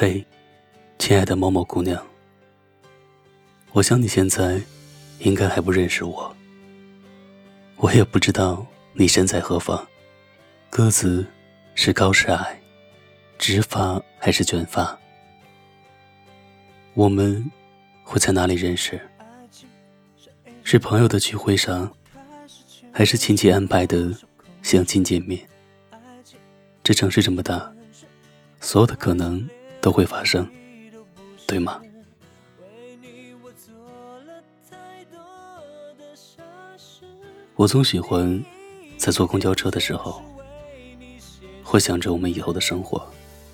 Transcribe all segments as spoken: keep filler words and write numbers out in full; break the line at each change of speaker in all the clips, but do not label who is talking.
嘿，亲爱的某某姑娘，我想你现在应该还不认识我，我也不知道你身在何方，个子是高是矮，直发还是卷发，我们会在哪里认识？是朋友的聚会上，还是亲戚安排的相亲见面？这城市这么大，所有的可能都会发生，对吗？我总喜欢在坐公交车的时候，会想着我们以后的生活。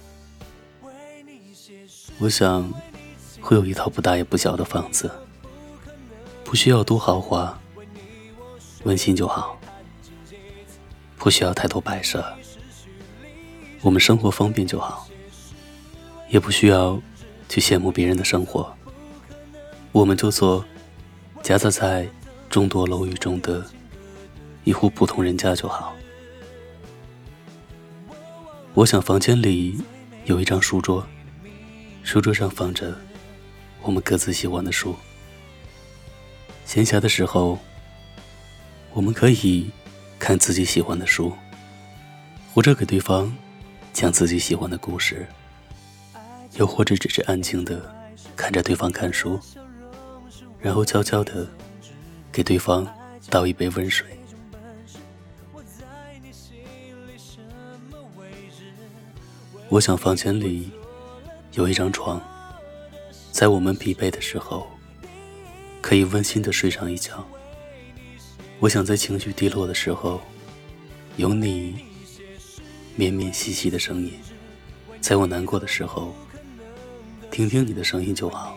我想会有一套不大也不小的房子，不需要多豪华，温馨就好，不需要太多摆设，我们生活方便就好，也不需要去羡慕别人的生活，我们就做夹杂在众多楼宇中的一户普通人家就好。我想房间里有一张书桌，书桌上放着我们各自喜欢的书，闲暇的时候我们可以看自己喜欢的书，或者给对方讲自己喜欢的故事，又或者只是安静地看着对方看书，然后悄悄地给对方倒一杯温水。我想房间里有一张床，在我们疲惫的时候可以温馨地睡上一觉。我想在情绪低落的时候有你绵绵细细的声音，在我难过的时候听听你的声音就好。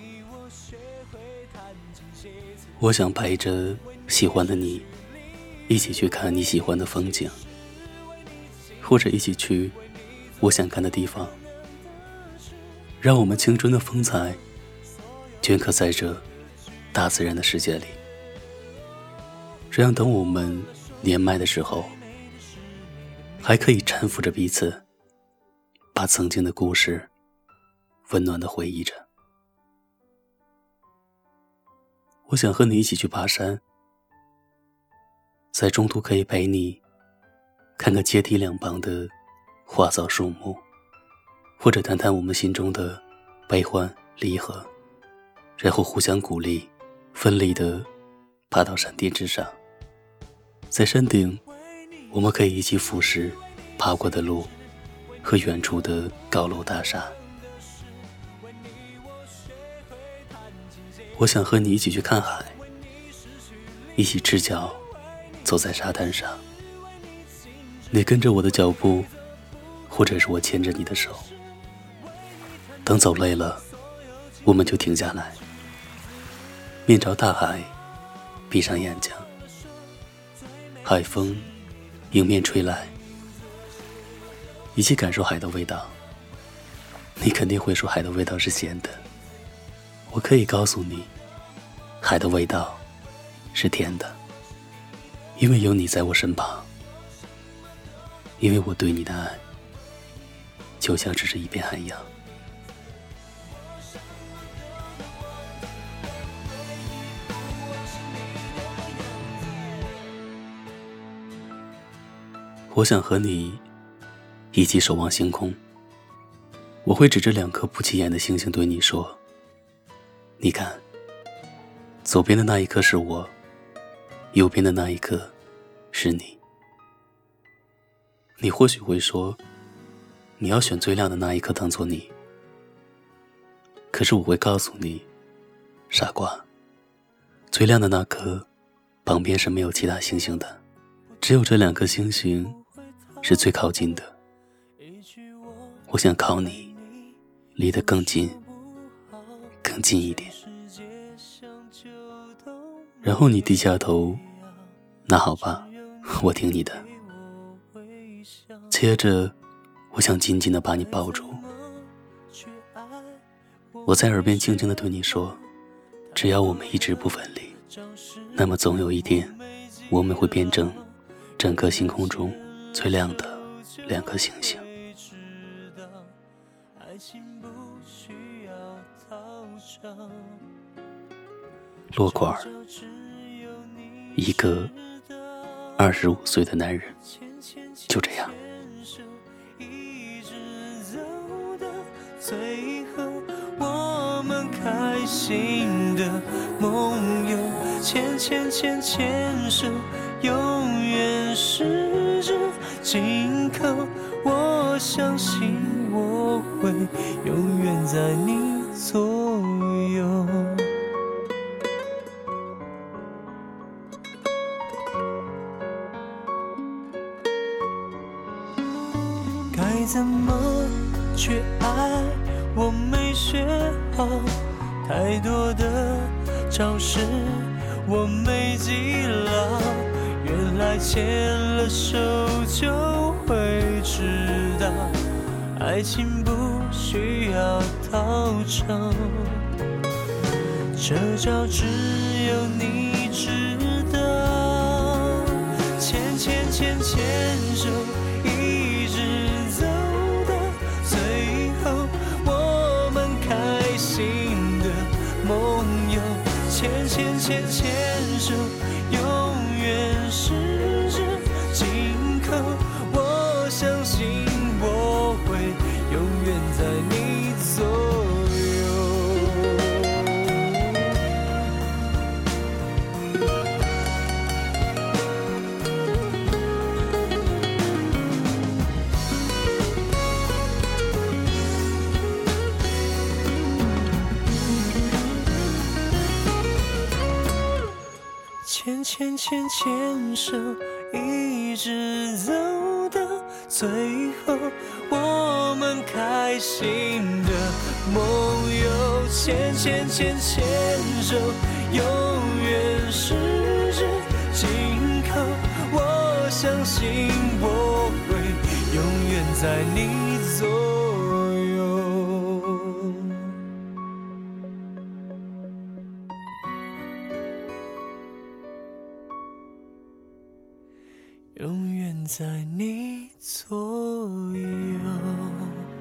我想陪着喜欢的你一起去看你喜欢的风景，或者一起去我想看的地方，让我们青春的风采镌刻在这大自然的世界里。这样等我们年迈的时候，还可以搀扶着彼此，把曾经的故事温暖地回忆着。我想和你一起去爬山，在中途可以陪你看看阶梯两旁的花草树木，或者谈谈我们心中的悲欢离合，然后互相鼓励，奋力地爬到山巅之上。在山顶，我们可以一起俯视爬过的路和远处的高楼大厦。我想和你一起去看海，一起赤脚走在沙滩上，你跟着我的脚步，或者是我牵着你的手。等走累了，我们就停下来，面朝大海，闭上眼睛，海风迎面吹来，一起感受海的味道。你肯定会说海的味道是咸的，我可以告诉你，海的味道是甜的，因为有你在我身旁，因为我对你的爱就像只是一片海洋。我想和你一起守望星空，我会指着两颗不起眼的星星对你说，你看，左边的那一颗是我，右边的那一颗是你。你或许会说，你要选最亮的那一颗当作你，可是我会告诉你，傻瓜，最亮的那颗旁边是没有其他星星的，只有这两颗星星是最靠近的。我想靠你离得更近，更近一点。然后你低下头，那好吧，我听你的。接着我想紧紧地把你抱住，我在耳边轻轻地对你说，只要我们一直不分离，那么总有一天我们会变成整个星空中最亮的两颗星星。 落款儿，一个二十五岁的男人，就这样。
最后我们开心的梦游，牵牵牵牵手，永远十指紧扣。我相信我会永远在你左右。该怎么去爱？我没学好，太多的招式我没记牢。原来牵了手就会知道，爱情不需要讨吵。这招只有你知道，牵牵牵牵手，一直走到最后，我们开心的梦游，牵牵牵牵手，永远十指紧扣。我相信我会永远在你左右。牵牵牵牵手，一直走到最后，我们开心的梦游，牵牵牵牵手，永远十指紧扣。我相信我会永远在你左右。永远在你左右。